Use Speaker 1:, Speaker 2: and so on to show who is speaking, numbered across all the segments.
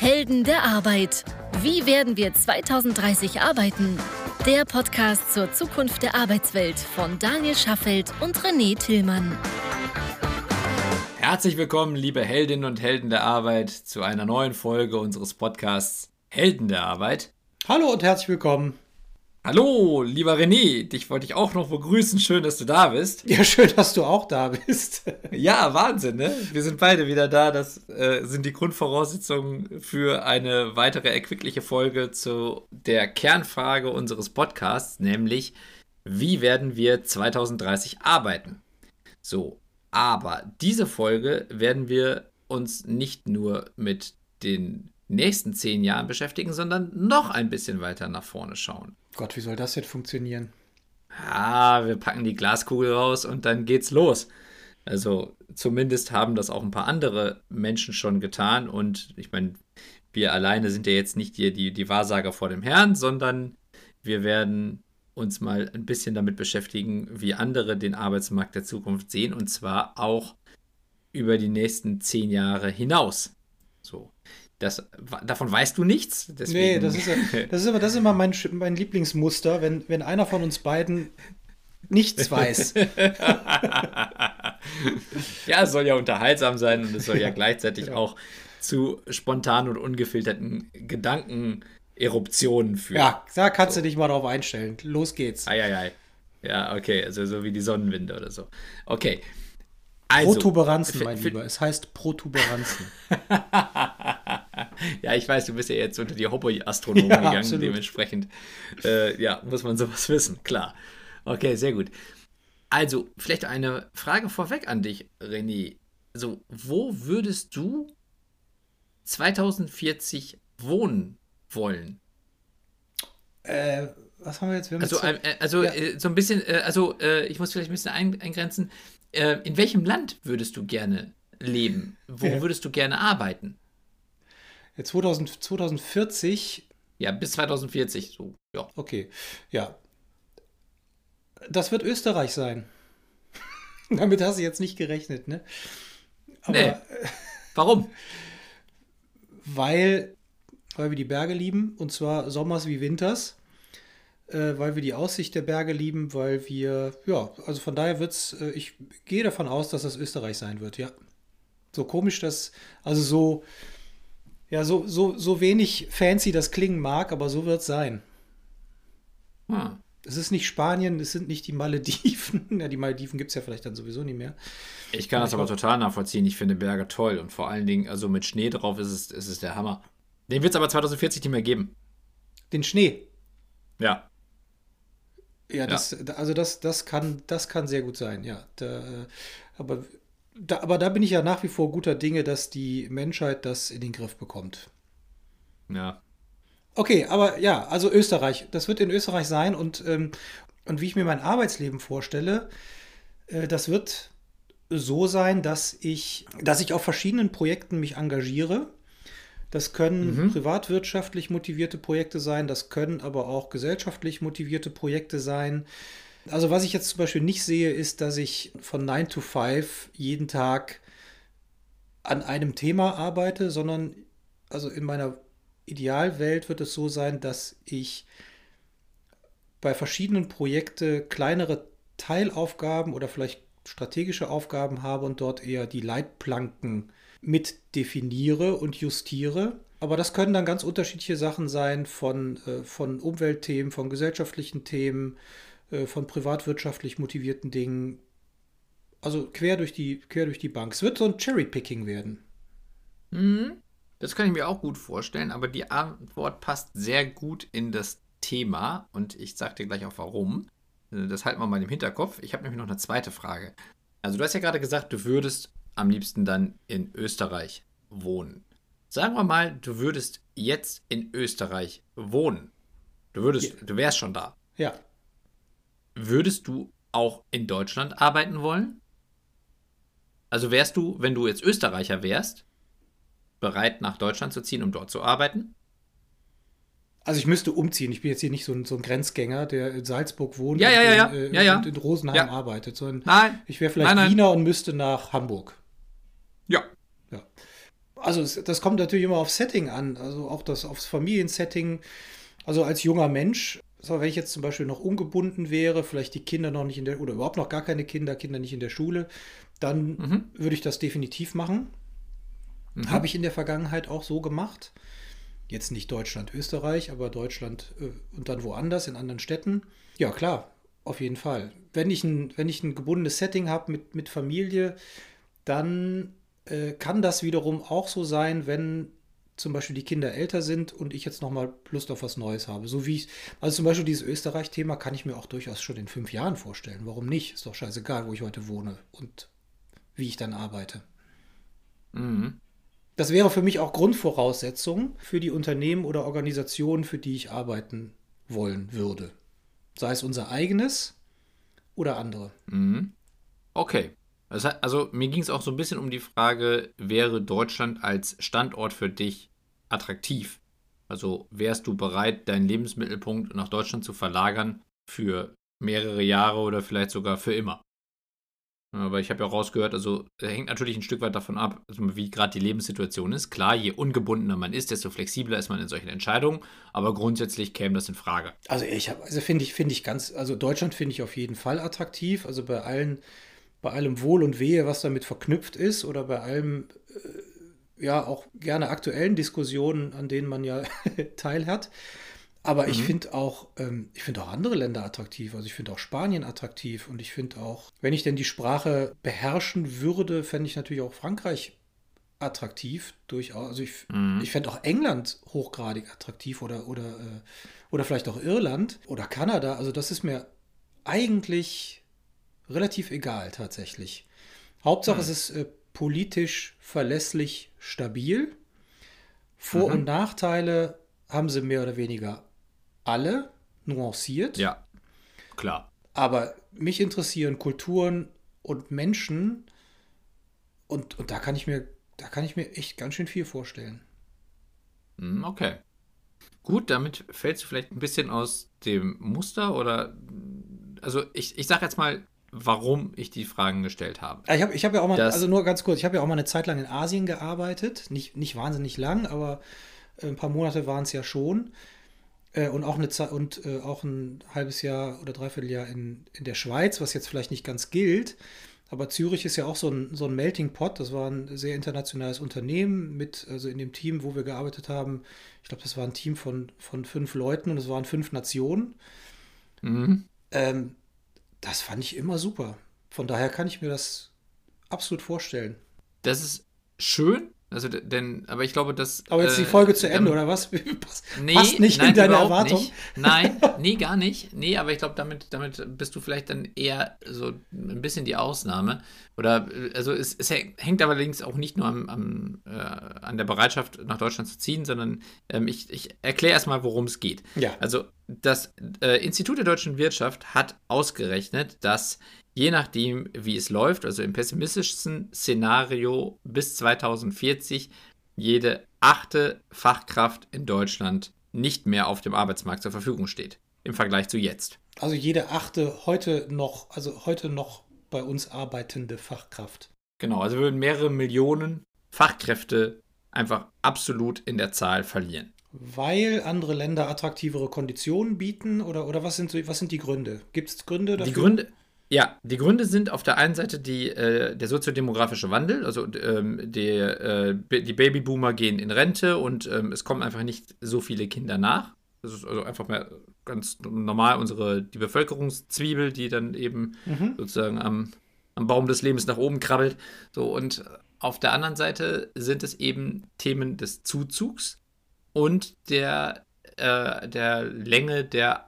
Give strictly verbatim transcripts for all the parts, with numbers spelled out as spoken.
Speaker 1: Helden der Arbeit. Wie werden wir zwanzig dreißig arbeiten? Der Podcast zur Zukunft der Arbeitswelt von Daniel Schaffelt und René Tillmann.
Speaker 2: Herzlich willkommen, liebe Heldinnen und Helden der Arbeit, zu einer neuen Folge unseres Podcasts Helden der Arbeit.
Speaker 3: Hallo und herzlich willkommen.
Speaker 2: Hallo, lieber René, dich wollte ich auch noch begrüßen. Schön, dass du da bist.
Speaker 3: Ja, schön, dass du auch da bist.
Speaker 2: Ja, Wahnsinn, ne? Wir sind beide wieder da. Das äh, sind die Grundvoraussetzungen für eine weitere erquickliche Folge zu der Kernfrage unseres Podcasts, nämlich, wie werden wir zwanzig dreißig arbeiten? So, aber diese Folge werden wir uns nicht nur mit den nächsten zehn Jahren beschäftigen, sondern noch ein bisschen weiter nach vorne schauen.
Speaker 3: Gott, wie soll das jetzt funktionieren?
Speaker 2: Ah, wir packen die Glaskugel raus und dann geht's los. Also zumindest haben das auch ein paar andere Menschen schon getan und ich meine, wir alleine sind ja jetzt nicht die, die, die Wahrsager vor dem Herrn, sondern wir werden uns mal ein bisschen damit beschäftigen, wie andere den Arbeitsmarkt der Zukunft sehen und zwar auch über die nächsten zehn Jahre hinaus. So. Das, davon weißt du nichts? Deswegen.
Speaker 3: Nee, das ist, ja, das ist, immer, das ist immer mein, mein Lieblingsmuster, wenn, wenn einer von uns beiden nichts weiß.
Speaker 2: Ja, es soll ja unterhaltsam sein und es soll ja gleichzeitig ja. auch zu spontanen und ungefilterten Gedankeneruptionen führen.
Speaker 3: Ja, da kannst so. du dich mal drauf einstellen. Los geht's.
Speaker 2: Ei, ei, ei. Ja, okay, also so wie die Sonnenwinde oder so. Okay. Also,
Speaker 3: Protuberanzen, mein Lieber. Es heißt Protuberanzen.
Speaker 2: Ja, ich weiß, du bist ja jetzt unter die Hobby-Astronomen
Speaker 3: ja,
Speaker 2: gegangen,
Speaker 3: absolut.
Speaker 2: Dementsprechend äh, ja, muss man sowas wissen, klar. Okay, sehr gut. Also, vielleicht eine Frage vorweg an dich, René. Also, wo würdest du zwanzig vierzig wohnen wollen?
Speaker 3: Äh, was haben wir jetzt? Wir haben
Speaker 2: also,
Speaker 3: jetzt
Speaker 2: äh, also
Speaker 3: ja.
Speaker 2: äh, so ein bisschen, äh, also, äh, ich muss vielleicht ein bisschen ein, eingrenzen. Äh, in welchem Land würdest du gerne leben? Wo ja. würdest du gerne arbeiten?
Speaker 3: zwanzig, zwanzig vierzig.
Speaker 2: Ja, bis zwanzig vierzig, so, ja.
Speaker 3: Okay, ja. Das wird Österreich sein. Damit hast du jetzt nicht gerechnet, ne?
Speaker 2: Aber, nee. Warum?
Speaker 3: Weil, weil wir die Berge lieben, und zwar sommers wie winters. Äh, weil wir die Aussicht der Berge lieben, weil wir, ja, also von daher wird's, äh, ich gehe davon aus, dass das Österreich sein wird, ja. So komisch das, also so, ja, so, so, so wenig fancy das klingen mag, aber so wird es sein.
Speaker 2: Hm.
Speaker 3: Es ist nicht Spanien, es sind nicht die Malediven. Ja, die Malediven gibt es ja vielleicht dann sowieso nicht mehr.
Speaker 2: Ich kann aber das aber glaub, total nachvollziehen. Ich finde Berge toll und vor allen Dingen, also mit Schnee drauf ist es, ist es der Hammer. Den wird es aber zwanzig vierzig nicht mehr geben.
Speaker 3: Den Schnee?
Speaker 2: Ja.
Speaker 3: Ja, das, ja. also das, das, kann, das kann sehr gut sein, ja. Da, aber, da, aber da bin ich ja nach wie vor guter Dinge, dass die Menschheit das in den Griff bekommt.
Speaker 2: Ja.
Speaker 3: Okay, aber ja, also Österreich, das wird in Österreich sein und, ähm, und wie ich mir mein Arbeitsleben vorstelle, äh, das wird so sein, dass ich, dass ich auf verschiedenen Projekten mich engagiere. Das können mhm. privatwirtschaftlich motivierte Projekte sein, das können aber auch gesellschaftlich motivierte Projekte sein. Also was ich jetzt zum Beispiel nicht sehe, ist, dass ich von nine to five jeden Tag an einem Thema arbeite, sondern also in meiner Idealwelt wird es so sein, dass ich bei verschiedenen Projekten kleinere Teilaufgaben oder vielleicht strategische Aufgaben habe und dort eher die Leitplanken mit definiere und justiere. Aber das können dann ganz unterschiedliche Sachen sein von, äh, von Umweltthemen, von gesellschaftlichen Themen, äh, von privatwirtschaftlich motivierten Dingen. Also quer durch die, quer durch die Bank. Es wird so ein Cherry-Picking werden.
Speaker 2: Mhm. Das kann ich mir auch gut vorstellen, aber die Antwort passt sehr gut in das Thema und ich sage dir gleich auch warum. Das halten wir mal im Hinterkopf. Ich habe nämlich noch eine zweite Frage. Also du hast ja gerade gesagt, du würdest am liebsten dann in Österreich wohnen. Sagen wir mal, du würdest jetzt in Österreich wohnen. Du würdest, ja. du wärst schon da.
Speaker 3: Ja.
Speaker 2: Würdest du auch in Deutschland arbeiten wollen? Also wärst du, wenn du jetzt Österreicher wärst, bereit, nach Deutschland zu ziehen, um dort zu arbeiten?
Speaker 3: Also ich müsste umziehen. Ich bin jetzt hier nicht so ein, so ein Grenzgänger, der in Salzburg wohnt
Speaker 2: ja, ja, ja, ja.
Speaker 3: und, äh,
Speaker 2: ja, ja.
Speaker 3: und in Rosenheim
Speaker 2: ja.
Speaker 3: arbeitet. Sondern
Speaker 2: nein.
Speaker 3: Ich wäre vielleicht
Speaker 2: nein, nein.
Speaker 3: Wiener und müsste nach Hamburg.
Speaker 2: Ja.
Speaker 3: ja. Also es, das kommt natürlich immer aufs Setting an, also auch das aufs Familiensetting. Also als junger Mensch, so, wenn ich jetzt zum Beispiel noch ungebunden wäre, vielleicht die Kinder noch nicht in der, oder überhaupt noch gar keine Kinder, Kinder nicht in der Schule, dann
Speaker 2: Mhm.
Speaker 3: würde ich das definitiv machen.
Speaker 2: Mhm.
Speaker 3: Habe ich in der Vergangenheit auch so gemacht. Jetzt nicht Deutschland, Österreich, aber Deutschland äh, und dann woanders, in anderen Städten. Ja, klar, auf jeden Fall. Wenn ich ein, wenn ich ein gebundenes Setting habe mit, mit Familie, dann äh, kann das wiederum auch so sein, wenn zum Beispiel die Kinder älter sind und ich jetzt nochmal Lust auf was Neues habe. So wie ich, also zum Beispiel dieses Österreich-Thema kann ich mir auch durchaus schon in fünf Jahren vorstellen. Warum nicht? Ist doch scheißegal, wo ich heute wohne und wie ich dann arbeite.
Speaker 2: Mhm.
Speaker 3: Das wäre für mich auch Grundvoraussetzung für die Unternehmen oder Organisationen, für die ich arbeiten wollen würde. Sei es unser eigenes oder andere.
Speaker 2: Mhm. Okay. Das heißt, also mir ging es auch so ein bisschen um die Frage, wäre Deutschland als Standort für dich attraktiv? Also wärst du bereit, deinen Lebensmittelpunkt nach Deutschland zu verlagern für mehrere Jahre oder vielleicht sogar für immer? Aber ich habe ja auch rausgehört, also äh, hängt natürlich ein Stück weit davon ab, also wie gerade die Lebenssituation ist. Klar, je ungebundener man ist, desto flexibler ist man in solchen Entscheidungen, aber grundsätzlich käme das in Frage.
Speaker 3: Also ich habe, also finde ich, finde ich ganz, also Deutschland finde ich auf jeden Fall attraktiv. Also bei allen, bei allem Wohl und Wehe, was damit verknüpft ist, oder bei allem, äh, ja, auch gerne aktuellen Diskussionen, an denen man ja teilhat. Aber ich
Speaker 2: Mhm.
Speaker 3: finde auch, ähm, ich finde auch andere Länder attraktiv. Also ich finde auch Spanien attraktiv und ich finde auch, wenn ich denn die Sprache beherrschen würde, fände ich natürlich auch Frankreich attraktiv durchaus. Also ich,
Speaker 2: Mhm.
Speaker 3: ich fände auch England hochgradig attraktiv oder, oder, äh, oder vielleicht auch Irland oder Kanada. Also das ist mir eigentlich relativ egal tatsächlich. Hauptsache es
Speaker 2: Mhm.
Speaker 3: ist äh, politisch verlässlich stabil. Vor- und
Speaker 2: Mhm.
Speaker 3: Nachteile haben sie mehr oder weniger alle nuanciert.
Speaker 2: Ja, klar.
Speaker 3: Aber mich interessieren Kulturen und Menschen und, und da kann ich mir, da kann ich mir echt ganz schön viel vorstellen.
Speaker 2: Mhm, okay. Gut, damit fällst du vielleicht ein bisschen aus dem Muster oder, also ich, ich sage jetzt mal, warum ich die Fragen gestellt habe.
Speaker 3: Ah, Ich habe ich hab ja auch mal, also
Speaker 2: Das,
Speaker 3: nur ganz kurz, ich habe ja auch mal eine Zeit lang in Asien gearbeitet. Nicht, nicht wahnsinnig lang, aber äh, ein paar Monate waren es ja schon. Äh, und auch eine Zeit und äh, auch ein halbes Jahr oder dreiviertel Jahr in, in der Schweiz, was jetzt vielleicht nicht ganz gilt. Aber Zürich ist ja auch so ein, so ein Melting Pot. Das war ein sehr internationales Unternehmen mit, also in dem Team, wo wir gearbeitet haben. Ich glaube, das war ein Team von, von fünf Leuten und es waren fünf Nationen.
Speaker 2: mhm.
Speaker 3: Ähm, Das fand ich immer super. Von daher kann ich mir das absolut vorstellen.
Speaker 2: Das ist schön, also d- denn, aber ich glaube, dass
Speaker 3: Aber jetzt die
Speaker 2: äh,
Speaker 3: Folge zu Ende,
Speaker 2: damit,
Speaker 3: oder was? Pass- Passt
Speaker 2: nee,
Speaker 3: nicht in
Speaker 2: nein,
Speaker 3: deine
Speaker 2: überhaupt
Speaker 3: Erwartung.
Speaker 2: nicht. Nein, nee, gar nicht. Nee, aber ich glaube, damit, damit bist du vielleicht dann eher so ein bisschen die Ausnahme. Oder, äh, also es, es hängt allerdings auch nicht nur am, am, äh, an der Bereitschaft, nach Deutschland zu ziehen, sondern ähm, ich, ich erkläre erstmal, worum es geht.
Speaker 3: Ja.
Speaker 2: Also das äh, Institut der deutschen Wirtschaft hat ausgerechnet, dass je nachdem, wie es läuft, also im pessimistischsten Szenario bis zweitausendvierzig jede achte Fachkraft in Deutschland nicht mehr auf dem Arbeitsmarkt zur Verfügung steht. Im Vergleich zu jetzt.
Speaker 3: Also jede achte heute noch, also heute noch bei uns arbeitende Fachkraft.
Speaker 2: Genau, also würden mehrere Millionen Fachkräfte einfach absolut in der Zahl verlieren.
Speaker 3: Weil andere Länder attraktivere Konditionen bieten oder, oder was sind, so- was sind die Gründe? Gibt es Gründe
Speaker 2: Die
Speaker 3: dafür?
Speaker 2: Gründe, ja, die Gründe sind auf der einen Seite die, äh, der soziodemografische Wandel, also ähm, der, äh, B- die Babyboomer gehen in Rente und ähm, es kommen einfach nicht so viele Kinder nach. Das ist also einfach mal ganz normal unsere, die Bevölkerungszwiebel, die dann eben
Speaker 3: Mhm.
Speaker 2: sozusagen am, am Baum des Lebens nach oben krabbelt. So, und auf der anderen Seite sind es eben Themen des Zuzugs und der, äh, der Länge der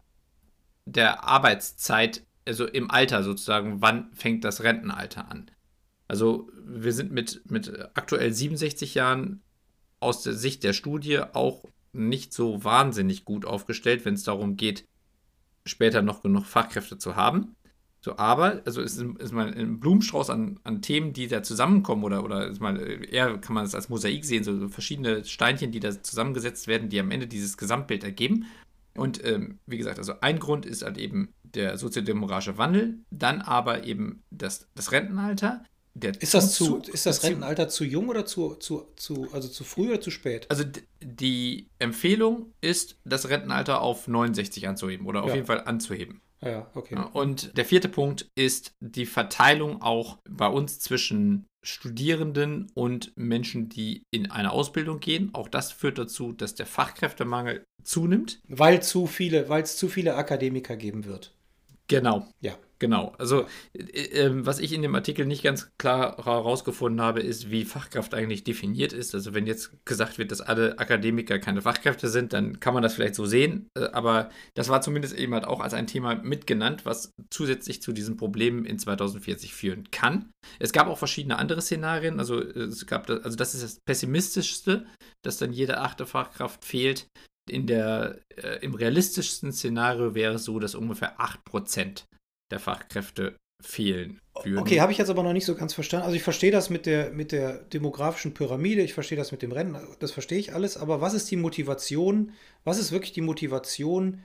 Speaker 2: der Arbeitszeit, also im Alter sozusagen, wann fängt das Rentenalter an? Also wir sind mit, mit aktuell siebenundsechzig Jahren aus der Sicht der Studie auch nicht so wahnsinnig gut aufgestellt, wenn es darum geht, später noch genug Fachkräfte zu haben. So, aber, also es ist, ist mal ein Blumenstrauß an, an Themen, die da zusammenkommen, oder, oder ist mal eher kann man es als Mosaik sehen, so, so verschiedene Steinchen, die da zusammengesetzt werden, die am Ende dieses Gesamtbild ergeben. Und ähm, wie gesagt, also ein Grund ist halt eben der soziodemografische Wandel, dann aber eben das, das Rentenalter, der
Speaker 3: Ist das, zu,
Speaker 2: Zuzug
Speaker 3: ist das
Speaker 2: ist ziemlich-
Speaker 3: Rentenalter zu jung oder zu, zu, zu, also zu früh oder zu spät?
Speaker 2: Also d- die Empfehlung ist, das Rentenalter auf neunundsechzig anzuheben oder auf
Speaker 3: Ja.
Speaker 2: jeden Fall anzuheben.
Speaker 3: Ja, ja, okay.
Speaker 2: Ja, und der vierte Punkt ist die Verteilung auch bei uns zwischen Studierenden und Menschen, die in eine Ausbildung gehen. Auch das führt dazu, dass der Fachkräftemangel zunimmt.
Speaker 3: Weil zu viele, weil es zu viele Akademiker geben wird.
Speaker 2: Genau.
Speaker 3: Ja.
Speaker 2: Genau, also äh, äh, was ich in dem Artikel nicht ganz klar herausgefunden habe, ist, wie Fachkraft eigentlich definiert ist. Also wenn jetzt gesagt wird, dass alle Akademiker keine Fachkräfte sind, dann kann man das vielleicht so sehen. Äh, aber das war zumindest eben halt auch als ein Thema mitgenannt, was zusätzlich zu diesen Problemen in zweitausendvierzig führen kann. Es gab auch verschiedene andere Szenarien. Also es gab, das, also das ist das pessimistischste, dass dann jede achte Fachkraft fehlt. In der, äh, im realistischsten Szenario wäre es so, dass ungefähr acht Prozent der Fachkräfte fehlen würden.
Speaker 3: Okay, habe ich jetzt aber noch nicht so ganz verstanden. Also ich verstehe das mit der, mit der demografischen Pyramide, ich verstehe das mit dem Rennen, das verstehe ich alles, aber was ist die Motivation, was ist wirklich die Motivation,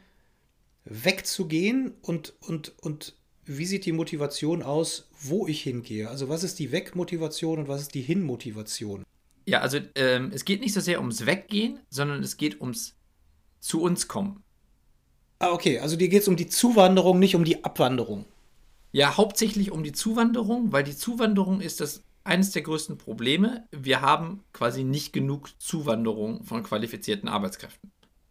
Speaker 3: wegzugehen und, und, und wie sieht die Motivation aus, wo ich hingehe? Also was ist die Weg-Motivation und was ist die Hin-Motivation?
Speaker 2: Ja, also ähm, es geht nicht so sehr ums Weggehen, sondern es geht ums zu uns kommen.
Speaker 3: Ah, okay, also dir geht es um die Zuwanderung, nicht um die Abwanderung.
Speaker 2: Ja, hauptsächlich um die Zuwanderung, weil die Zuwanderung ist das eines der größten Probleme. Wir haben quasi nicht genug Zuwanderung von qualifizierten Arbeitskräften.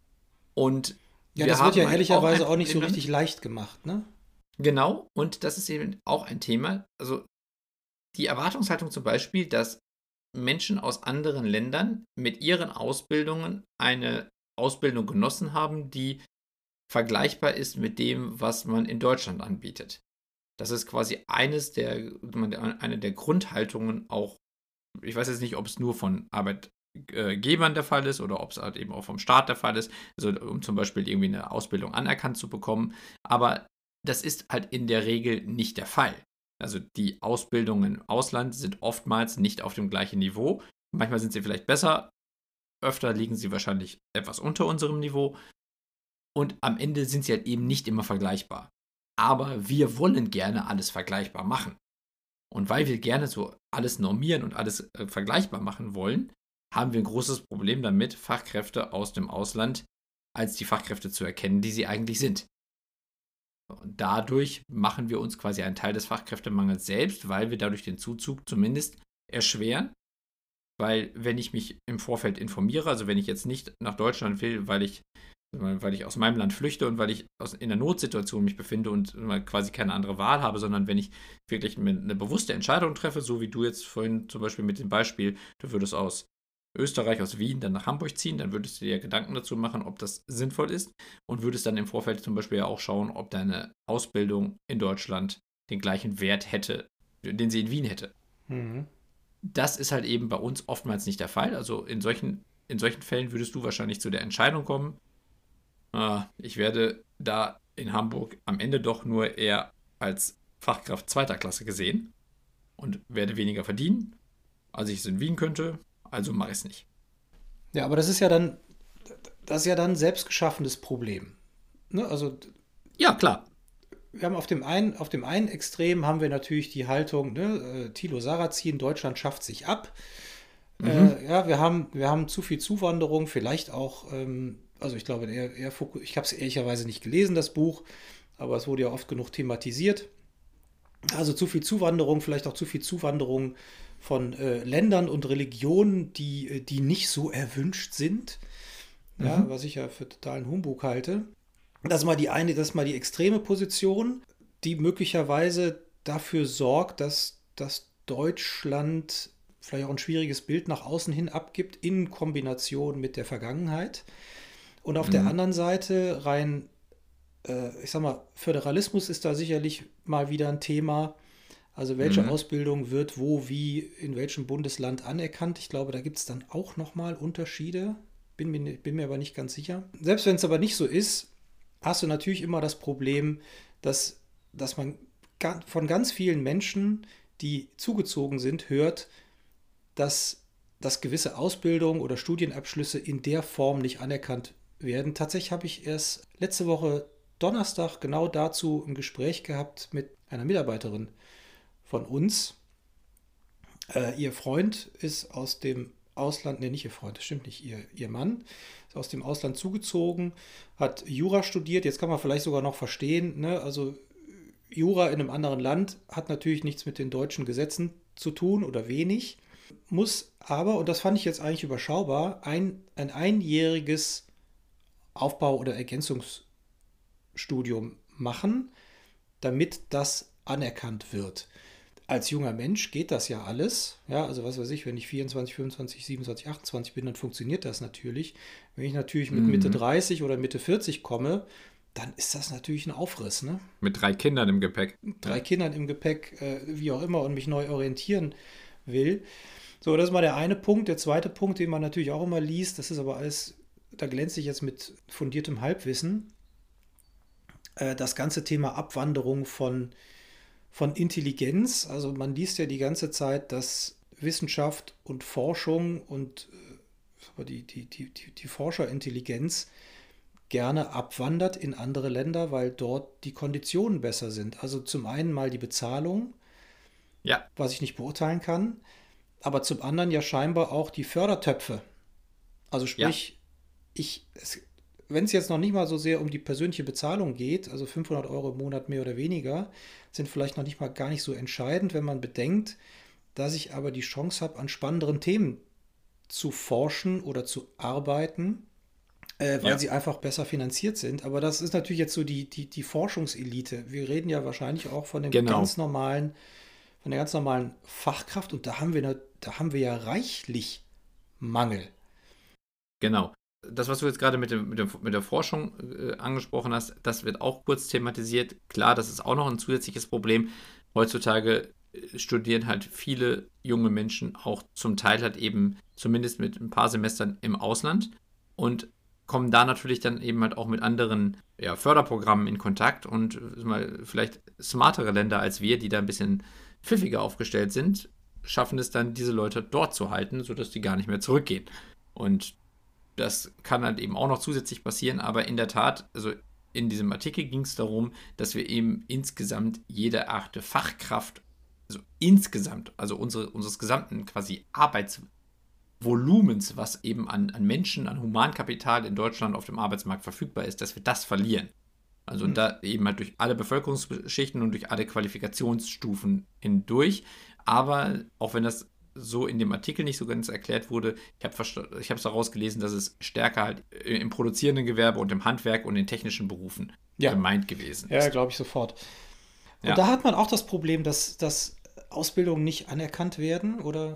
Speaker 2: Und
Speaker 3: Ja,
Speaker 2: wir
Speaker 3: das wird ja
Speaker 2: haben
Speaker 3: ehrlicherweise
Speaker 2: ein
Speaker 3: auch nicht so
Speaker 2: Problem
Speaker 3: richtig leicht gemacht, ne?
Speaker 2: damit. Genau, und das ist eben auch ein Thema. Also die Erwartungshaltung zum Beispiel, dass Menschen aus anderen Ländern mit ihren Ausbildungen eine Ausbildung genossen haben, die vergleichbar ist mit dem, was man in Deutschland anbietet. Das ist quasi eines der, eine der Grundhaltungen auch, ich weiß jetzt nicht, ob es nur von Arbeitgebern der Fall ist oder ob es halt eben auch vom Staat der Fall ist, also um zum Beispiel irgendwie eine Ausbildung anerkannt zu bekommen, aber das ist halt in der Regel nicht der Fall. Also die Ausbildungen im Ausland sind oftmals nicht auf dem gleichen Niveau. Manchmal sind sie vielleicht besser, öfter liegen sie wahrscheinlich etwas unter unserem Niveau. Und am Ende sind sie halt eben nicht immer vergleichbar. Aber wir wollen gerne alles vergleichbar machen. Und weil wir gerne so alles normieren und alles äh, vergleichbar machen wollen, haben wir ein großes Problem damit, Fachkräfte aus dem Ausland als die Fachkräfte zu erkennen, die sie eigentlich sind. Und dadurch machen wir uns quasi einen Teil des Fachkräftemangels selbst, weil wir dadurch den Zuzug zumindest erschweren. Weil wenn ich mich im Vorfeld informiere, also wenn ich jetzt nicht nach Deutschland will, weil ich weil ich aus meinem Land flüchte und weil ich aus, in einer Notsituation mich befinde und quasi keine andere Wahl habe, sondern wenn ich wirklich eine bewusste Entscheidung treffe, so wie du jetzt vorhin zum Beispiel mit dem Beispiel, du würdest aus Österreich, aus Wien dann nach Hamburg ziehen, dann würdest du dir Gedanken dazu machen, ob das sinnvoll ist und würdest dann im Vorfeld zum Beispiel ja auch schauen, ob deine Ausbildung in Deutschland den gleichen Wert hätte, den sie in Wien hätte.
Speaker 3: Mhm.
Speaker 2: Das ist halt eben bei uns oftmals nicht der Fall. Also in solchen, in solchen Fällen würdest du wahrscheinlich zu der Entscheidung kommen, ich werde da in Hamburg am Ende doch nur eher als Fachkraft zweiter Klasse gesehen und werde weniger verdienen, als ich es in Wien könnte, also mache ich es nicht.
Speaker 3: Ja, aber das ist ja dann, das ist ja dann ein selbstgeschaffenes Problem. Ne? Also
Speaker 2: Ja, klar.
Speaker 3: wir haben auf dem einen, auf dem einen Extrem haben wir natürlich die Haltung, ne, äh, Thilo Sarrazin, Deutschland schafft sich ab.
Speaker 2: Mhm.
Speaker 3: Äh, ja, wir haben, wir haben zu viel Zuwanderung, vielleicht auch, ähm, also ich glaube, er, er, ich habe es ehrlicherweise nicht gelesen, das Buch, aber es wurde ja oft genug thematisiert. Also zu viel Zuwanderung, vielleicht auch zu viel Zuwanderung von äh, Ländern und Religionen, die, die nicht so erwünscht sind. Ja,
Speaker 2: Mhm.
Speaker 3: was ich ja für totalen Humbug halte. Das ist mal die eine, das ist mal die extreme Position, die möglicherweise dafür sorgt, dass, dass Deutschland vielleicht auch ein schwieriges Bild nach außen hin abgibt, in Kombination mit der Vergangenheit. Und auf
Speaker 2: Mhm.
Speaker 3: der anderen Seite rein, äh, ich sag mal, Föderalismus ist da sicherlich mal wieder ein Thema. Also welche
Speaker 2: Mhm.
Speaker 3: Ausbildung wird wo, wie, in welchem Bundesland anerkannt. Ich glaube, da gibt es dann auch nochmal Unterschiede. Bin mir, bin mir aber nicht ganz sicher. Selbst wenn es aber nicht so ist, hast du natürlich immer das Problem, dass, dass man ga- von ganz vielen Menschen, die zugezogen sind, hört, dass, dass gewisse Ausbildungen oder Studienabschlüsse in der Form nicht anerkannt werden. Tatsächlich habe ich erst letzte Woche Donnerstag genau dazu ein Gespräch gehabt mit einer Mitarbeiterin von uns. Äh, ihr Freund ist aus dem Ausland, nee, nicht ihr Freund, das stimmt nicht, ihr, ihr Mann ist aus dem Ausland zugezogen, hat Jura studiert, jetzt kann man vielleicht sogar noch verstehen, ne? Also Jura in einem anderen Land hat natürlich nichts mit den deutschen Gesetzen zu tun oder wenig, muss aber, und das fand ich jetzt eigentlich überschaubar, ein, ein einjähriges Aufbau- oder Ergänzungsstudium machen, damit das anerkannt wird. Als junger Mensch geht das ja alles. Ja, also was weiß ich, wenn ich vierundzwanzig, fünfundzwanzig, siebenundzwanzig, achtundzwanzig bin, dann funktioniert das natürlich. Wenn ich natürlich mit Mitte dreißig oder Mitte vierzig komme, dann ist das natürlich ein Aufriss. Ne?
Speaker 2: Mit drei Kindern im Gepäck.
Speaker 3: Drei Kindern im Gepäck, äh, wie auch immer, und mich neu orientieren will. So, das ist mal der eine Punkt. Der zweite Punkt, den man natürlich auch immer liest, das ist aber alles, da glänze ich jetzt mit fundiertem Halbwissen, äh, das ganze Thema Abwanderung von von Intelligenz. Also man liest ja die ganze Zeit, dass Wissenschaft und Forschung und äh, die, die, die, die, die Forscherintelligenz gerne abwandert in andere Länder, weil dort die Konditionen besser sind. Also zum einen mal die Bezahlung,
Speaker 2: Ja.
Speaker 3: was ich nicht beurteilen kann, aber zum anderen ja scheinbar auch die Fördertöpfe. Also sprich, ich, es, wenn es jetzt noch nicht mal so sehr um die persönliche Bezahlung geht, also fünfhundert Euro im Monat mehr oder weniger, sind vielleicht noch nicht mal gar nicht so entscheidend, wenn man bedenkt, dass ich aber die Chance habe, an spannenderen Themen zu forschen oder zu arbeiten, äh, weil
Speaker 2: Ja.
Speaker 3: sie einfach besser finanziert sind. Aber das ist natürlich jetzt so die, die, die Forschungselite. Wir reden ja wahrscheinlich auch von dem
Speaker 2: Genau.
Speaker 3: ganz normalen, von der ganz normalen Fachkraft, und da haben wir, ne- da haben wir ja reichlich Mangel.
Speaker 2: Genau. Das, was du jetzt gerade mit, dem, mit, dem, mit der Forschung äh, angesprochen hast, das wird auch kurz thematisiert. Klar, das ist auch noch ein zusätzliches Problem. Heutzutage äh, studieren halt viele junge Menschen auch zum Teil halt eben zumindest mit ein paar Semestern im Ausland und kommen da natürlich dann eben halt auch mit anderen ja, Förderprogrammen in Kontakt und äh, mal vielleicht smartere Länder als wir, die da ein bisschen pfiffiger aufgestellt sind, schaffen es dann, diese Leute dort zu halten, sodass die gar nicht mehr zurückgehen. Und das kann halt eben auch noch zusätzlich passieren, aber in der Tat, also in diesem Artikel ging es darum, dass wir eben insgesamt jede achte Fachkraft, also insgesamt, also unsere, unseres gesamten quasi Arbeitsvolumens, was eben an, an Menschen, an Humankapital in Deutschland auf dem Arbeitsmarkt verfügbar ist, dass wir das verlieren. Also
Speaker 3: Mhm.
Speaker 2: da eben halt durch alle Bevölkerungsschichten und durch alle Qualifikationsstufen hindurch. Aber auch wenn das so in dem Artikel nicht so ganz erklärt wurde, ich habe ich habe es daraus gelesen, dass es stärker halt im produzierenden Gewerbe und im Handwerk und in technischen Berufen
Speaker 3: Ja.
Speaker 2: gemeint gewesen
Speaker 3: Ja,
Speaker 2: ist.
Speaker 3: glaube ich sofort. Und
Speaker 2: Ja.
Speaker 3: da hat man auch das Problem, dass, dass Ausbildungen nicht anerkannt werden, oder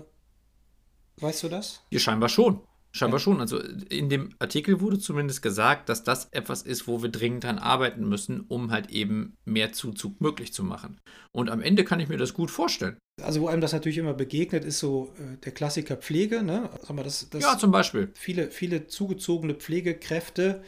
Speaker 3: weißt du das?
Speaker 2: Hier scheinbar schon. Scheinbar
Speaker 3: Ja.
Speaker 2: schon. Also in dem Artikel wurde zumindest gesagt, dass das etwas ist, wo wir dringend dran arbeiten müssen, um halt eben mehr Zuzug möglich zu machen. Und am Ende kann ich mir das gut vorstellen.
Speaker 3: Also wo einem das natürlich immer begegnet, ist so äh, der Klassiker Pflege, ne? Sag mal, dass, dass
Speaker 2: Ja, zum Beispiel.
Speaker 3: viele, viele zugezogene Pflegekräfte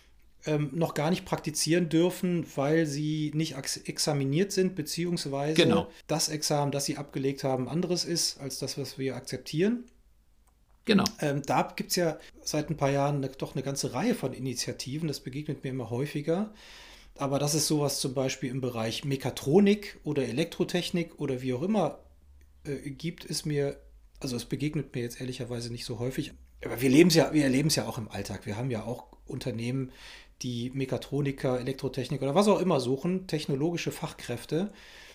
Speaker 3: ähm, noch gar nicht praktizieren dürfen, weil sie nicht ex examiniert sind, beziehungsweise
Speaker 2: Genau.
Speaker 3: das Examen, das sie abgelegt haben, anderes ist als das, was wir akzeptieren.
Speaker 2: Genau.
Speaker 3: Ähm, da gibt es ja seit ein paar Jahren eine, doch eine ganze Reihe von Initiativen, das begegnet mir immer häufiger. Aber dass es sowas zum Beispiel im Bereich Mechatronik oder Elektrotechnik oder wie auch immer äh, gibt, ist mir, also es begegnet mir jetzt ehrlicherweise nicht so häufig. Aber wir leben es ja, wir erleben es ja auch im Alltag. Wir haben ja auch Unternehmen, die Mechatroniker, Elektrotechniker oder was auch immer suchen, technologische Fachkräfte.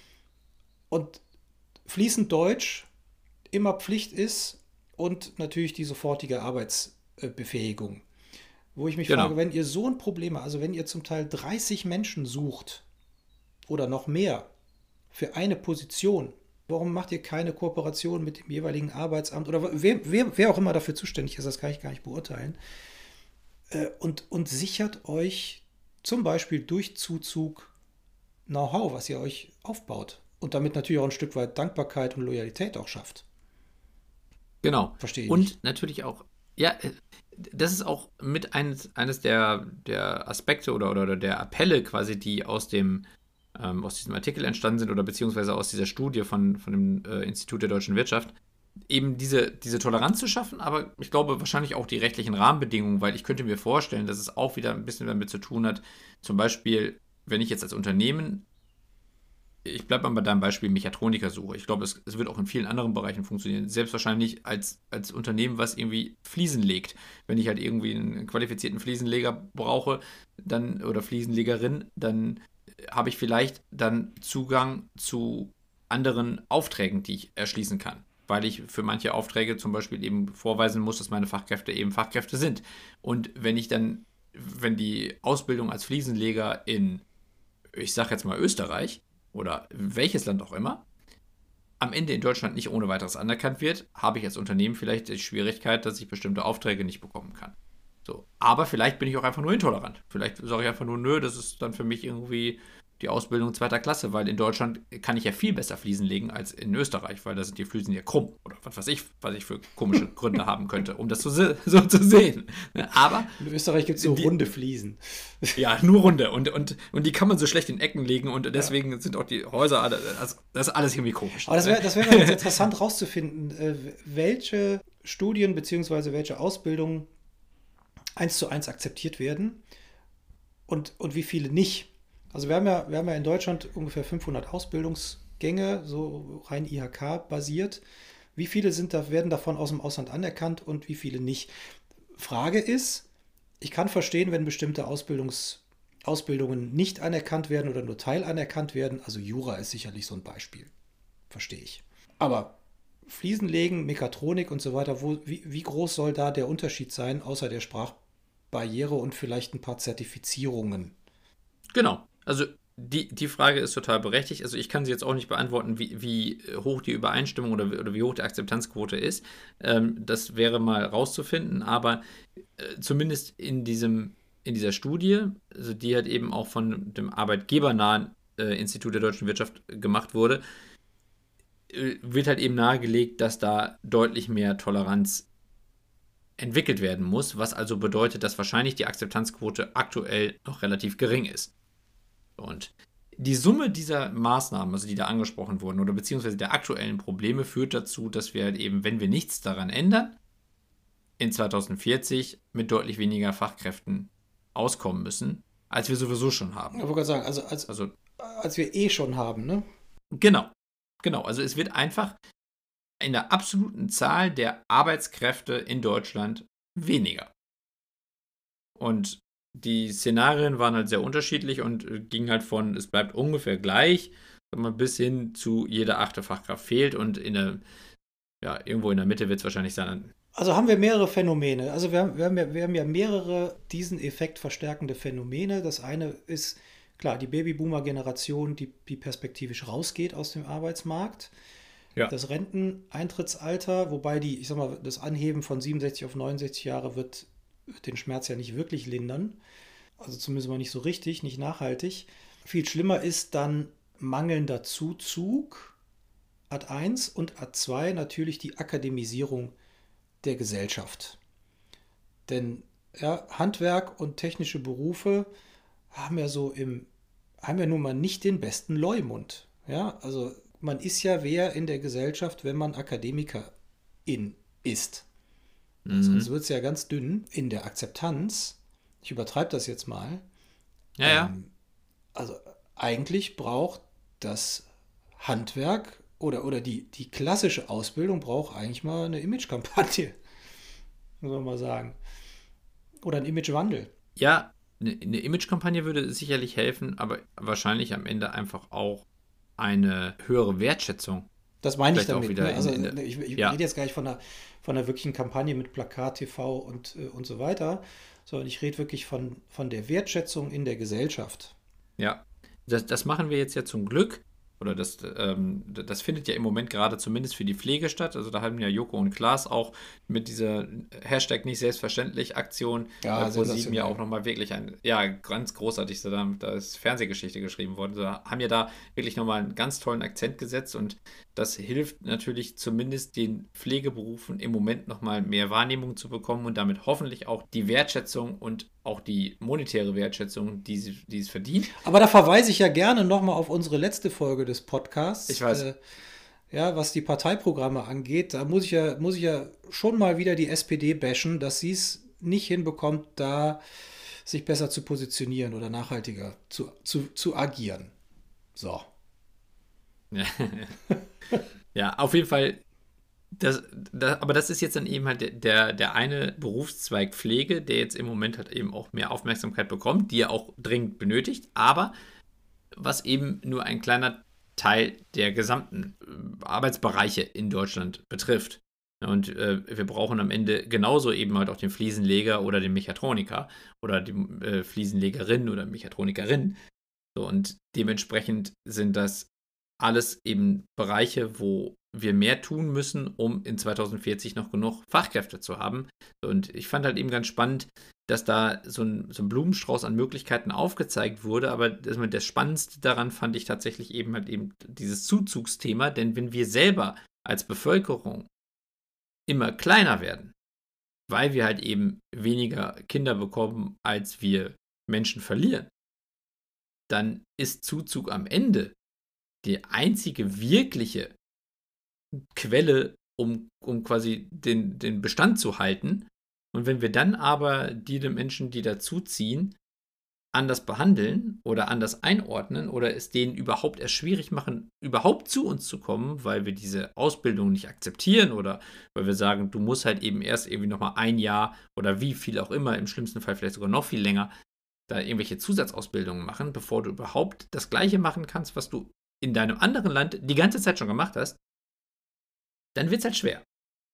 Speaker 3: Und fließend Deutsch immer Pflicht ist und natürlich die sofortige Arbeitsbefähigung. Wo ich mich
Speaker 2: Genau.
Speaker 3: frage, wenn ihr so ein Problem habt, also wenn ihr zum Teil dreißig Menschen sucht oder noch mehr für eine Position, warum macht ihr keine Kooperation mit dem jeweiligen Arbeitsamt oder wer, wer, wer auch immer dafür zuständig ist, das kann ich gar nicht beurteilen, äh, und, und sichert euch zum Beispiel durch Zuzug Know-how, was ihr euch aufbaut und damit natürlich auch ein Stück weit Dankbarkeit und Loyalität auch schafft.
Speaker 2: Genau.
Speaker 3: Verstehe ich
Speaker 2: Und
Speaker 3: nicht.
Speaker 2: natürlich auch, ja, äh, das ist auch mit eines, eines der, der Aspekte oder, oder der Appelle quasi, die aus dem ähm, aus diesem Artikel entstanden sind oder beziehungsweise aus dieser Studie von, von dem äh, Institut der deutschen Wirtschaft, eben diese, diese Toleranz zu schaffen, aber ich glaube wahrscheinlich auch die rechtlichen Rahmenbedingungen, weil ich könnte mir vorstellen, dass es auch wieder ein bisschen damit zu tun hat, zum Beispiel, wenn ich jetzt als Unternehmen ich bleibe mal bei deinem Beispiel Mechatronikersuche. Ich glaube, es, es wird auch in vielen anderen Bereichen funktionieren. Selbst wahrscheinlich als, als Unternehmen, was irgendwie Fliesen legt. Wenn ich halt irgendwie einen qualifizierten Fliesenleger brauche, dann oder Fliesenlegerin, dann habe ich vielleicht dann Zugang zu anderen Aufträgen, die ich erschließen kann. Weil ich für manche Aufträge zum Beispiel eben vorweisen muss, dass meine Fachkräfte eben Fachkräfte sind. Und wenn ich dann, wenn die Ausbildung als Fliesenleger in, ich sage jetzt mal Österreich, oder welches Land auch immer, am Ende in Deutschland nicht ohne weiteres anerkannt wird, habe ich als Unternehmen vielleicht die Schwierigkeit, dass ich bestimmte Aufträge nicht bekommen kann. So. Aber vielleicht bin ich auch einfach nur intolerant. Vielleicht sage ich einfach nur, nö, das ist dann für mich irgendwie die Ausbildung zweiter Klasse, weil in Deutschland kann ich ja viel besser Fliesen legen als in Österreich, weil da sind die Fliesen ja krumm oder was weiß ich, was ich für komische Gründe haben könnte, um das so, so zu sehen. Aber
Speaker 3: in Österreich gibt es so die, runde Fliesen.
Speaker 2: Ja, nur runde und, und, und die kann man so schlecht in Ecken legen und deswegen ja. sind auch die Häuser, also das ist alles irgendwie komisch.
Speaker 3: Aber das wäre das wär mal jetzt interessant rauszufinden, welche Studien bzw. welche Ausbildungen eins zu eins akzeptiert werden und, und wie viele nicht. Also wir haben ja, wir haben ja in Deutschland ungefähr fünfhundert Ausbildungsgänge, so rein I H K-basiert. Wie viele sind da, werden davon aus dem Ausland anerkannt und wie viele nicht? Frage ist, ich kann verstehen, wenn bestimmte Ausbildungs, Ausbildungen nicht anerkannt werden oder nur teilanerkannt werden. Also Jura ist sicherlich so ein Beispiel. Verstehe ich. Aber Fliesenlegen, Mechatronik und so weiter, wo, wie, wie groß soll da der Unterschied sein, außer der Sprachbarriere und vielleicht ein paar Zertifizierungen?
Speaker 2: Genau. Also die, die Frage ist total berechtigt. Also ich kann sie jetzt auch nicht beantworten, wie, wie hoch die Übereinstimmung oder, oder wie hoch die Akzeptanzquote ist. Ähm, das wäre mal rauszufinden, aber äh, zumindest in diesem, in dieser Studie, also die halt eben auch von dem arbeitgebernahen äh, Institut der deutschen Wirtschaft gemacht wurde, äh, wird halt eben nahegelegt, dass da deutlich mehr Toleranz entwickelt werden muss, was also bedeutet, dass wahrscheinlich die Akzeptanzquote aktuell noch relativ gering ist. Und die Summe dieser Maßnahmen, also die da angesprochen wurden, oder beziehungsweise der aktuellen Probleme, führt dazu, dass wir halt eben, wenn wir nichts daran ändern, in zwanzig vierzig mit deutlich weniger Fachkräften auskommen müssen, als wir sowieso schon haben.
Speaker 3: Ich wollte gerade sagen, also als, also als wir eh schon haben, ne?
Speaker 2: Genau, genau. Also es wird einfach in der absoluten Zahl der Arbeitskräfte in Deutschland weniger. Und die Szenarien waren halt sehr unterschiedlich und gingen halt von, es bleibt ungefähr gleich, bis hin zu jede achte Fachkraft fehlt und in der, ja, irgendwo in der Mitte wird es wahrscheinlich sein.
Speaker 3: Also haben wir mehrere Phänomene. Also wir haben, wir, haben ja, wir haben ja mehrere diesen Effekt verstärkende Phänomene. Das eine ist, klar, die Babyboomer-Generation, die, die perspektivisch rausgeht aus dem Arbeitsmarkt. Ja. Das Renteneintrittsalter, wobei die, ich sag mal, das Anheben von siebenundsechzig auf neunundsechzig Jahre wird den Schmerz ja nicht wirklich lindern. Also zumindest mal nicht so richtig, nicht nachhaltig. Viel schlimmer ist dann mangelnder Zuzug, Ad eins, und Ad zwei natürlich die Akademisierung der Gesellschaft. Denn ja, Handwerk und technische Berufe haben ja so im, haben ja nun mal nicht den besten Leumund. Ja, also man ist ja wer in der Gesellschaft, wenn man Akademikerin ist. Mhm. Sonst wird es ja ganz dünn in der Akzeptanz. Ich übertreibe das jetzt mal.
Speaker 2: Ja, ja.
Speaker 3: Ähm, also eigentlich braucht das Handwerk oder, oder die, die klassische Ausbildung braucht eigentlich mal eine Imagekampagne, muss man mal sagen. Oder ein Imagewandel.
Speaker 2: Ja, eine, eine Imagekampagne würde sicherlich helfen, aber wahrscheinlich am Ende einfach auch eine höhere Wertschätzung.
Speaker 3: Das meine ich damit. Ne? Also
Speaker 2: in, in,
Speaker 3: ich, ich
Speaker 2: ja.
Speaker 3: rede jetzt gar nicht von einer, von einer wirklichen Kampagne mit Plakat, T V und, und so weiter, sondern ich rede wirklich von, von der Wertschätzung in der Gesellschaft.
Speaker 2: Ja, das, das machen wir jetzt ja zum Glück. Oder das, ähm, das findet ja im Moment gerade zumindest für die Pflege statt. Also da haben ja Joko und Klaas auch mit dieser Hashtag nicht selbstverständlich Aktion,
Speaker 3: ja,
Speaker 2: äh, wo sie ja auch nochmal wirklich ein, ja, ganz großartig, da, da ist Fernsehgeschichte geschrieben worden. Sie haben ja da wirklich nochmal einen ganz tollen Akzent gesetzt und das hilft natürlich zumindest den Pflegeberufen im Moment nochmal mehr Wahrnehmung zu bekommen und damit hoffentlich auch die Wertschätzung und auch die monetäre Wertschätzung, die, sie, die es verdient.
Speaker 3: Aber da verweise ich ja gerne nochmal auf unsere letzte Folge des Podcasts.
Speaker 2: Ich weiß.
Speaker 3: Äh, ja, was die Parteiprogramme angeht, da muss ich ja, muss ich ja schon mal wieder die S P D bashen, dass sie es nicht hinbekommt, da sich besser zu positionieren oder nachhaltiger zu, zu, zu agieren. So.
Speaker 2: Ja, ja, auf jeden Fall. Das, das, aber das ist jetzt dann eben halt der, der eine Berufszweig Pflege, der jetzt im Moment halt eben auch mehr Aufmerksamkeit bekommt, die er auch dringend benötigt, aber was eben nur ein kleiner Teil der gesamten äh, Arbeitsbereiche in Deutschland betrifft. Und äh, wir brauchen am Ende genauso eben halt auch den Fliesenleger oder den Mechatroniker oder die äh, Fliesenlegerin oder Mechatronikerin. So, und dementsprechend sind das alles eben Bereiche, wo wir mehr tun müssen, um in zweitausendvierzig noch genug Fachkräfte zu haben. Und ich fand halt eben ganz spannend, dass da so ein, so ein Blumenstrauß an Möglichkeiten aufgezeigt wurde, aber das, das Spannendste daran fand ich tatsächlich eben halt eben dieses Zuzugsthema, denn wenn wir selber als Bevölkerung immer kleiner werden, weil wir halt eben weniger Kinder bekommen, als wir Menschen verlieren, dann ist Zuzug am Ende die einzige wirkliche Quelle, um, um quasi den, den Bestand zu halten. Und wenn wir dann aber die Menschen, die dazuziehen, anders behandeln oder anders einordnen oder es denen überhaupt erst schwierig machen, überhaupt zu uns zu kommen, weil wir diese Ausbildung nicht akzeptieren oder weil wir sagen, du musst halt eben erst irgendwie nochmal ein Jahr oder wie viel auch immer, im schlimmsten Fall vielleicht sogar noch viel länger, da irgendwelche Zusatzausbildungen machen, bevor du überhaupt das Gleiche machen kannst, was du in deinem anderen Land die ganze Zeit schon gemacht hast, dann wird es halt schwer.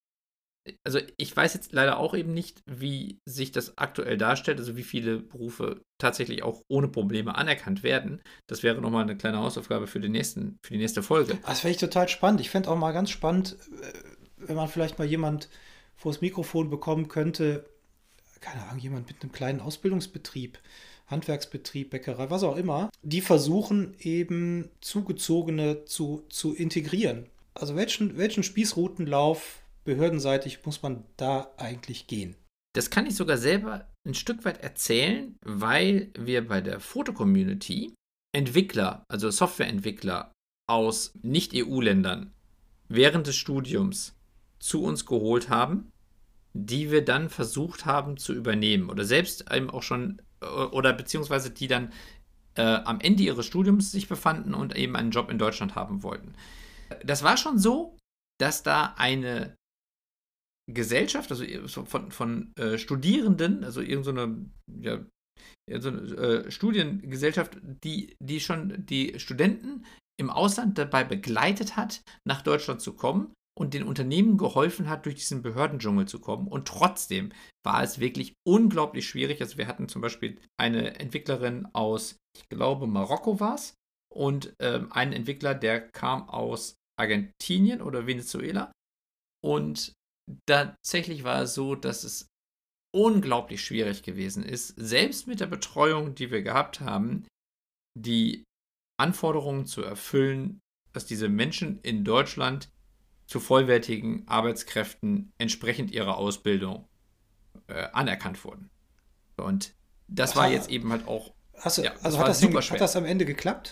Speaker 2: Also ich weiß jetzt leider auch eben nicht, wie sich das aktuell darstellt, also wie viele Berufe tatsächlich auch ohne Probleme anerkannt werden. Das wäre nochmal eine kleine Hausaufgabe für, den nächsten, für die nächste Folge.
Speaker 3: Das wäre ich total spannend. Ich fände auch mal ganz spannend, wenn man vielleicht mal jemand vors Mikrofon bekommen könnte, keine Ahnung, jemand mit einem kleinen Ausbildungsbetrieb, Handwerksbetrieb, Bäckerei, was auch immer, die versuchen eben Zugezogene zu, zu integrieren. Also welchen, welchen Spießrutenlauf behördenseitig muss man da eigentlich gehen?
Speaker 2: Das kann ich sogar selber ein Stück weit erzählen, weil wir bei der Foto-Community Entwickler, also Softwareentwickler aus Nicht-E U-Ländern während des Studiums zu uns geholt haben, die wir dann versucht haben zu übernehmen oder selbst eben auch schon oder beziehungsweise die dann äh, am Ende ihres Studiums sich befanden und eben einen Job in Deutschland haben wollten. Das war schon so, dass da eine Gesellschaft, also von, von äh, Studierenden, also irgendeine so ja, so eine, äh, Studiengesellschaft, die, die schon die Studenten im Ausland dabei begleitet hat, nach Deutschland zu kommen und den Unternehmen geholfen hat, durch diesen Behördendschungel zu kommen. Und trotzdem war es wirklich unglaublich schwierig. Also wir hatten zum Beispiel eine Entwicklerin aus, ich glaube, Marokko war es, und ähm, einen Entwickler, der kam aus Argentinien oder Venezuela. Und tatsächlich war es so, dass es unglaublich schwierig gewesen ist, selbst mit der Betreuung, die wir gehabt haben, die Anforderungen zu erfüllen, dass diese Menschen in Deutschland zu vollwertigen Arbeitskräften entsprechend ihrer Ausbildung äh, anerkannt wurden. Und das war jetzt eben halt auch
Speaker 3: Hast du,
Speaker 2: ja,
Speaker 3: also
Speaker 2: das
Speaker 3: hat,
Speaker 2: war
Speaker 3: das
Speaker 2: super
Speaker 3: denn,
Speaker 2: schwer.
Speaker 3: Hat das am Ende geklappt?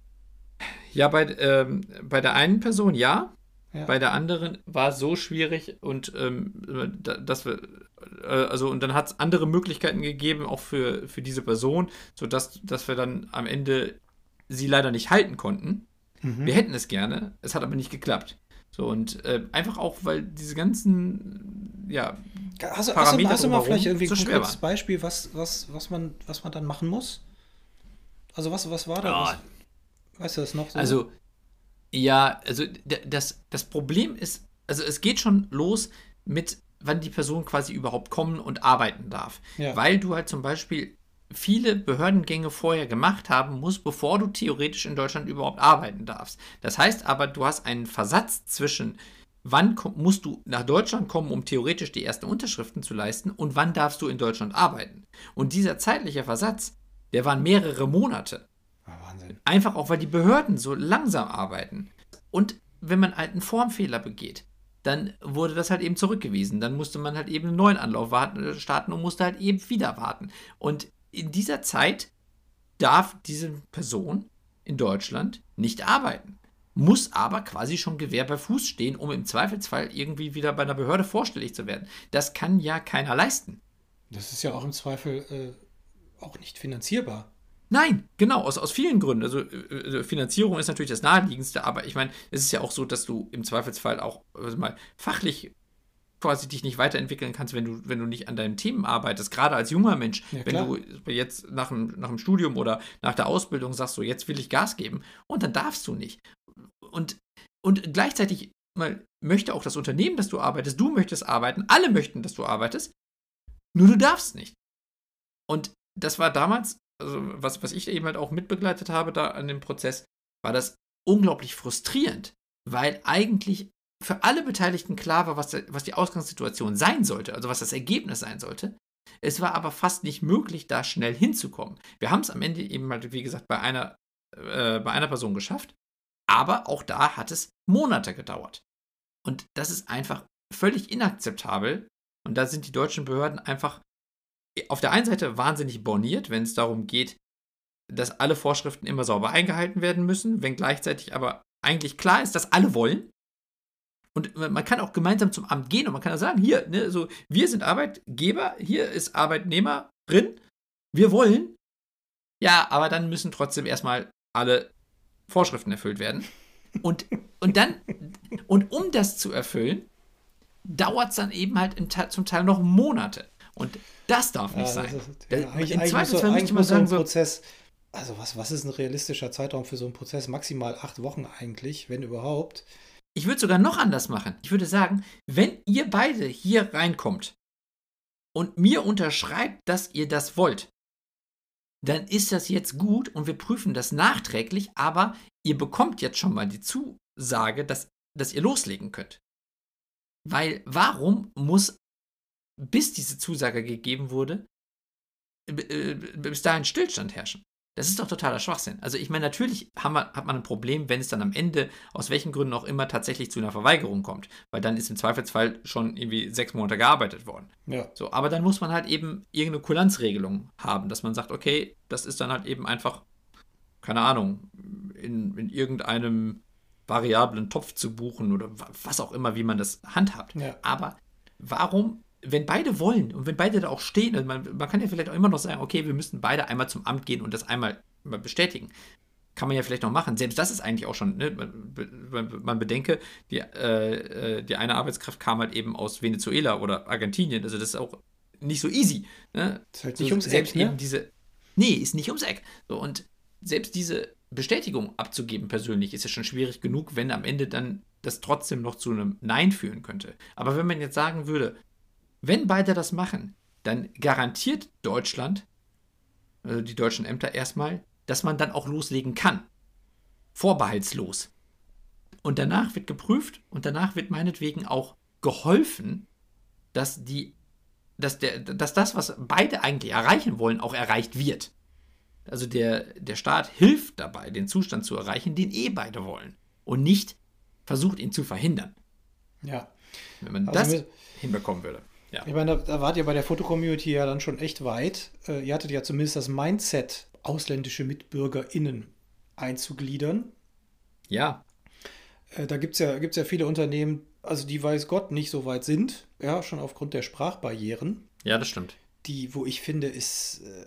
Speaker 2: Ja, bei, ähm, bei der einen Person ja.
Speaker 3: Ja.
Speaker 2: Bei der anderen war es so schwierig und ähm, dass wir, äh, also und dann hat es andere Möglichkeiten gegeben, auch für, für diese Person, sodass dass wir dann am Ende sie leider nicht halten konnten. Mhm. Wir hätten es gerne, es hat aber nicht geklappt. So und äh, einfach auch, weil diese ganzen ja,
Speaker 3: hast,
Speaker 2: Parameter
Speaker 3: hast du mal vielleicht irgendwie
Speaker 2: so
Speaker 3: ein
Speaker 2: schwer
Speaker 3: konkretes
Speaker 2: waren.
Speaker 3: Beispiel, was, was, was, man, was man dann machen muss? Also was, was war da?
Speaker 2: Ja.
Speaker 3: Was, weißt du das noch so?
Speaker 2: Also ja, also das, das Problem ist, also es geht schon los mit, wann die Person quasi überhaupt kommen und arbeiten darf. Ja. Weil du halt zum Beispiel viele Behördengänge vorher gemacht haben musst, bevor du theoretisch in Deutschland überhaupt arbeiten darfst. Das heißt aber, du hast einen Versatz zwischen, wann komm, musst du nach Deutschland kommen, um theoretisch die ersten Unterschriften zu leisten und wann darfst du in Deutschland arbeiten. Und dieser zeitliche Versatz, der waren mehrere Monate.
Speaker 3: Wahnsinn.
Speaker 2: Einfach auch, weil die Behörden so langsam arbeiten. Und wenn man halt einen Formfehler begeht, dann wurde das halt eben zurückgewiesen. Dann musste man halt eben einen neuen Anlauf warten, starten und musste halt eben wieder warten. Und in dieser Zeit darf diese Person in Deutschland nicht arbeiten. Muss aber quasi schon Gewehr bei Fuß stehen, um im Zweifelsfall irgendwie wieder bei einer Behörde vorstellig zu werden. Das kann ja keiner leisten.
Speaker 3: Das ist ja auch im Zweifel äh, auch nicht finanzierbar.
Speaker 2: Nein, genau, aus, aus vielen Gründen. Also äh, Finanzierung ist natürlich das Naheliegendste, aber ich meine, es ist ja auch so, dass du im Zweifelsfall auch also mal fachlich quasi dich nicht weiterentwickeln kannst, wenn du, wenn du nicht an deinen Themen arbeitest, gerade als junger Mensch,
Speaker 3: Ja,
Speaker 2: wenn
Speaker 3: klar.
Speaker 2: du jetzt nach dem, nach dem Studium oder nach der Ausbildung sagst, so jetzt will ich Gas geben und dann darfst du nicht. Und, und gleichzeitig mal, möchte auch das Unternehmen, dass du arbeitest, du möchtest arbeiten, alle möchten, dass du arbeitest, nur du darfst nicht. Und das war damals, also was, was ich eben halt auch mitbegleitet habe da an dem Prozess, war das unglaublich frustrierend, weil eigentlich für alle Beteiligten klar war, was, was die Ausgangssituation sein sollte, also was das Ergebnis sein sollte. Es war aber fast nicht möglich, da schnell hinzukommen. Wir haben es am Ende eben halt, wie gesagt, bei einer, äh, bei einer Person geschafft, aber auch da hat es Monate gedauert. Und das ist einfach völlig inakzeptabel. Und da sind die deutschen Behörden einfach auf der einen Seite wahnsinnig borniert, wenn es darum geht, dass alle Vorschriften immer sauber eingehalten werden müssen, wenn gleichzeitig aber eigentlich klar ist, dass alle wollen. Und man kann auch gemeinsam zum Amt gehen und man kann auch sagen, hier, ne, so, wir sind Arbeitgeber, hier ist Arbeitnehmerin, wir wollen. Ja, aber dann müssen trotzdem erstmal alle Vorschriften erfüllt werden. Und, und dann, und um das zu erfüllen, dauert es dann eben halt im Teil, zum Teil noch Monate. Und das darf nicht
Speaker 3: Ja,
Speaker 2: sein.
Speaker 3: das ist,
Speaker 2: Das-
Speaker 3: ja, eigentlich,
Speaker 2: Im
Speaker 3: eigentlich muss so,
Speaker 2: Zweifelsfall
Speaker 3: eigentlich
Speaker 2: müsste man
Speaker 3: muss so ein
Speaker 2: sagen, so,
Speaker 3: Prozess, also was, was ist ein realistischer Zeitraum für so einen Prozess? Maximal acht Wochen eigentlich, wenn überhaupt.
Speaker 2: ich würde sogar noch anders machen. Ich würde sagen, wenn ihr beide hier reinkommt und mir unterschreibt, dass ihr das wollt, dann ist das jetzt gut und wir prüfen das nachträglich, aber ihr bekommt jetzt schon mal die Zusage, dass, dass ihr loslegen könnt. Weil warum muss, bis diese Zusage gegeben wurde, b- äh, bis dahin Stillstand herrschen? Das ist doch totaler Schwachsinn. Also ich meine, natürlich haben wir, hat man ein Problem, wenn es dann am Ende, aus welchen Gründen auch immer, tatsächlich zu einer Verweigerung kommt. Weil dann ist im Zweifelsfall schon irgendwie sechs Monate gearbeitet worden.
Speaker 3: Ja.
Speaker 2: So, aber dann muss man halt eben irgendeine Kulanzregelung haben, dass man sagt, okay, das ist dann halt eben einfach, keine Ahnung, in, in irgendeinem variablen Topf zu buchen oder wa- was auch immer, wie man das handhabt.
Speaker 3: Ja.
Speaker 2: Aber warum, wenn beide wollen und wenn beide da auch stehen, also man, man kann ja vielleicht auch immer noch sagen, okay, wir müssen beide einmal zum Amt gehen und das einmal, einmal bestätigen. Kann man ja vielleicht noch machen. Selbst das ist eigentlich auch schon, ne? man, man, man bedenke, die, äh, die eine Arbeitskraft kam halt eben aus Venezuela oder Argentinien. Also das ist auch nicht so easy. Ne?
Speaker 3: Ist halt nicht
Speaker 2: so,
Speaker 3: ums
Speaker 2: selbst
Speaker 3: Eck, ne?
Speaker 2: eben diese, nee, ist nicht ums Eck. So, und selbst diese Bestätigung abzugeben persönlich ist ja schon schwierig genug, wenn am Ende dann das trotzdem noch zu einem Nein führen könnte. Aber wenn man jetzt sagen würde, wenn beide das machen, dann garantiert Deutschland, also die deutschen Ämter erstmal, dass man dann auch loslegen kann. Vorbehaltslos. Und danach wird geprüft und danach wird meinetwegen auch geholfen, dass, die, dass, der, dass das, was beide eigentlich erreichen wollen, auch erreicht wird. Also der, der Staat hilft dabei, den Zustand zu erreichen, den eh beide wollen. Und nicht versucht, ihn zu verhindern.
Speaker 3: Ja.
Speaker 2: Wenn man
Speaker 3: Also
Speaker 2: das
Speaker 3: mir-
Speaker 2: hinbekommen würde. Ja.
Speaker 3: Ich meine, da, da wart ihr bei der Foto-Community ja dann schon echt weit. Äh, ihr hattet ja zumindest das Mindset, ausländische MitbürgerInnen einzugliedern.
Speaker 2: Ja,
Speaker 3: Äh, da gibt es ja, gibt's ja viele Unternehmen, also die weiß Gott nicht so weit sind, ja, schon aufgrund der Sprachbarrieren,
Speaker 2: ja, das stimmt.
Speaker 3: die, wo ich finde, ist, äh,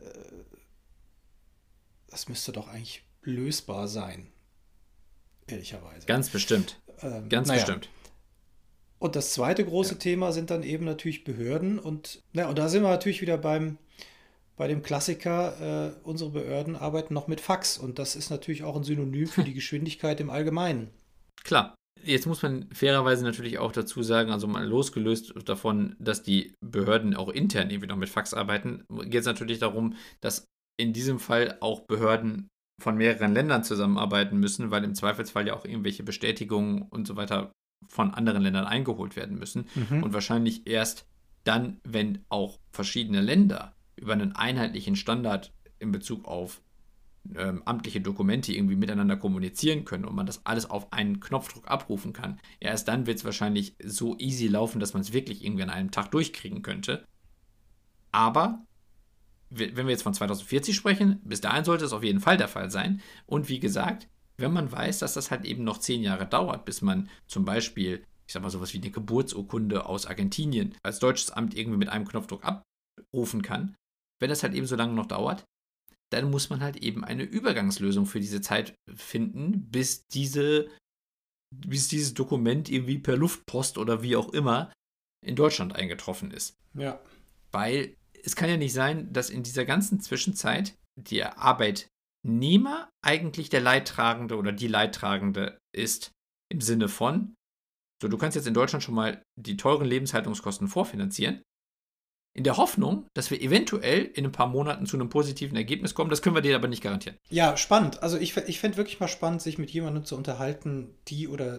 Speaker 3: das müsste doch eigentlich lösbar sein, ehrlicherweise.
Speaker 2: Ganz bestimmt.
Speaker 3: Ähm,
Speaker 2: Ganz
Speaker 3: naja.
Speaker 2: bestimmt.
Speaker 3: Und das zweite große
Speaker 2: Ja.
Speaker 3: Thema sind dann eben natürlich Behörden. Und, na, und da sind wir natürlich wieder beim, bei dem Klassiker, äh, unsere Behörden arbeiten noch mit Fax. Und das ist natürlich auch ein Synonym für die Geschwindigkeit im Allgemeinen.
Speaker 2: Klar. Jetzt muss man fairerweise natürlich auch dazu sagen, also mal losgelöst davon, dass die Behörden auch intern irgendwie noch mit Fax arbeiten, geht es natürlich darum, dass in diesem Fall auch Behörden von mehreren Ländern zusammenarbeiten müssen, weil im Zweifelsfall ja auch irgendwelche Bestätigungen und so weiter von anderen Ländern eingeholt werden müssen.
Speaker 3: Mhm.
Speaker 2: Und wahrscheinlich erst dann, wenn auch verschiedene Länder über einen einheitlichen Standard in Bezug auf ähm, amtliche Dokumente irgendwie miteinander kommunizieren können und man das alles auf einen Knopfdruck abrufen kann, erst dann wird es wahrscheinlich so easy laufen, dass man es wirklich irgendwie an einem Tag durchkriegen könnte. Aber w- wenn wir jetzt von zweitausendvierzig sprechen, bis dahin sollte es auf jeden Fall der Fall sein. Und wie gesagt, wenn man weiß, dass das halt eben noch zehn Jahre dauert, bis man zum Beispiel, ich sag mal sowas wie eine Geburtsurkunde aus Argentinien als deutsches Amt irgendwie mit einem Knopfdruck abrufen kann, wenn das halt eben so lange noch dauert, dann muss man halt eben eine Übergangslösung für diese Zeit finden, bis diese, bis dieses Dokument irgendwie per Luftpost oder wie auch immer in Deutschland eingetroffen ist.
Speaker 3: Ja.
Speaker 2: Weil es kann ja nicht sein, dass in dieser ganzen Zwischenzeit der Arbeitnehmer eigentlich der Leidtragende oder die Leidtragende ist. Im Sinne von, so, du kannst jetzt in Deutschland schon mal die teuren Lebenshaltungskosten vorfinanzieren. In der Hoffnung, dass wir eventuell in ein paar Monaten zu einem positiven Ergebnis kommen. Das können wir dir aber nicht garantieren.
Speaker 3: Ja, spannend. Also ich, ich fände wirklich mal spannend, sich mit jemandem zu unterhalten, die oder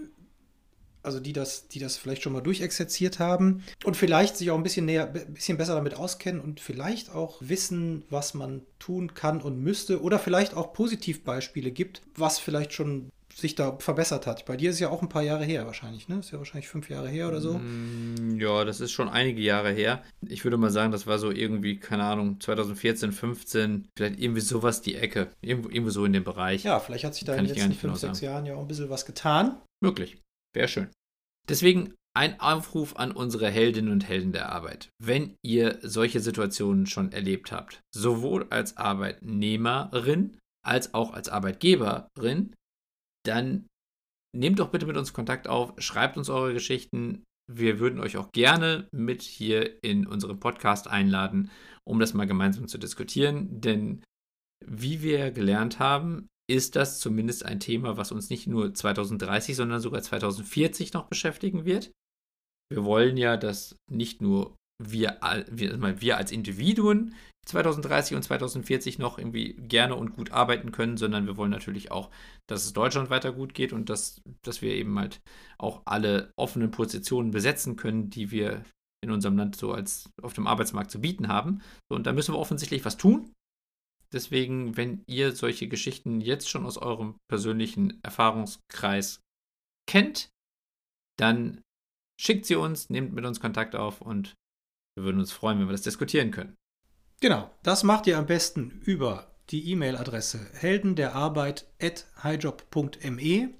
Speaker 3: also die das, die das vielleicht schon mal durchexerziert haben und vielleicht sich auch ein bisschen näher, ein bisschen besser damit auskennen und vielleicht auch wissen, was man tun kann und müsste oder vielleicht auch Positivbeispiele gibt, was vielleicht schon sich da verbessert hat. Bei dir ist ja auch ein paar Jahre her wahrscheinlich, ne? Ist ja wahrscheinlich fünf Jahre her oder so.
Speaker 2: Ja, das ist schon einige Jahre her. Ich würde mal sagen, das war so irgendwie, keine Ahnung, zwanzig vierzehn, fünfzehn, vielleicht irgendwie sowas die Ecke. Irgendwo, irgendwo so in dem Bereich.
Speaker 3: Ja, vielleicht hat sich da in den letzten fünf, sechs Jahren ja auch ein bisschen was getan.
Speaker 2: Möglich. Wäre schön. Deswegen ein Aufruf an unsere Heldinnen und Helden der Arbeit. Wenn ihr solche Situationen schon erlebt habt, sowohl als Arbeitnehmerin als auch als Arbeitgeberin, dann nehmt doch bitte mit uns Kontakt auf, schreibt uns eure Geschichten. Wir würden euch auch gerne mit hier in unseren Podcast einladen, um das mal gemeinsam zu diskutieren. Denn wie wir gelernt haben, ist das zumindest ein Thema, was uns nicht nur zwanzig dreißig, sondern sogar zwanzig vierzig noch beschäftigen wird. Wir wollen ja, dass nicht nur wir, wir, wir als Individuen zwanzig dreißig und zwanzig vierzig noch irgendwie gerne und gut arbeiten können, sondern wir wollen natürlich auch, dass es Deutschland weiter gut geht und dass, dass wir eben halt auch alle offenen Positionen besetzen können, die wir in unserem Land so als auf dem Arbeitsmarkt zu bieten haben. Und da müssen wir offensichtlich was tun. Deswegen, wenn ihr solche Geschichten jetzt schon aus eurem persönlichen Erfahrungskreis kennt, dann schickt sie uns, nehmt mit uns Kontakt auf und wir würden uns freuen, wenn wir das diskutieren können.
Speaker 3: Genau, das macht ihr am besten über die E-Mail-Adresse heldenderarbeit at highjob punkt me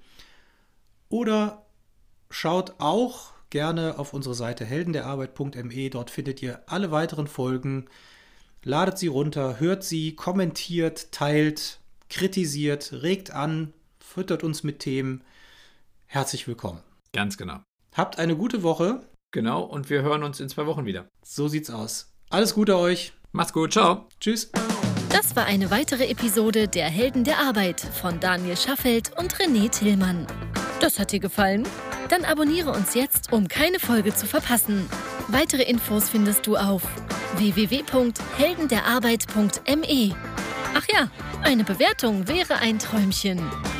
Speaker 3: oder schaut auch gerne auf unsere Seite heldenderarbeit punkt me. Dort findet ihr alle weiteren Folgen. Ladet sie runter, hört sie, kommentiert, teilt, kritisiert, regt an, füttert uns mit Themen. Herzlich willkommen.
Speaker 2: Ganz genau.
Speaker 3: Habt eine gute Woche.
Speaker 2: Genau, und wir hören uns in zwei Wochen wieder.
Speaker 3: So sieht's aus. Alles Gute euch.
Speaker 2: Macht's gut, ciao.
Speaker 3: Tschüss.
Speaker 1: Das war eine weitere Episode der Helden der Arbeit von Daniel Schaffelt und René Tillmann. Das hat dir gefallen? Dann abonniere uns jetzt, um keine Folge zu verpassen. Weitere Infos findest du auf w w w punkt heldenderarbeit punkt me. Ach ja, eine Bewertung wäre ein Träumchen.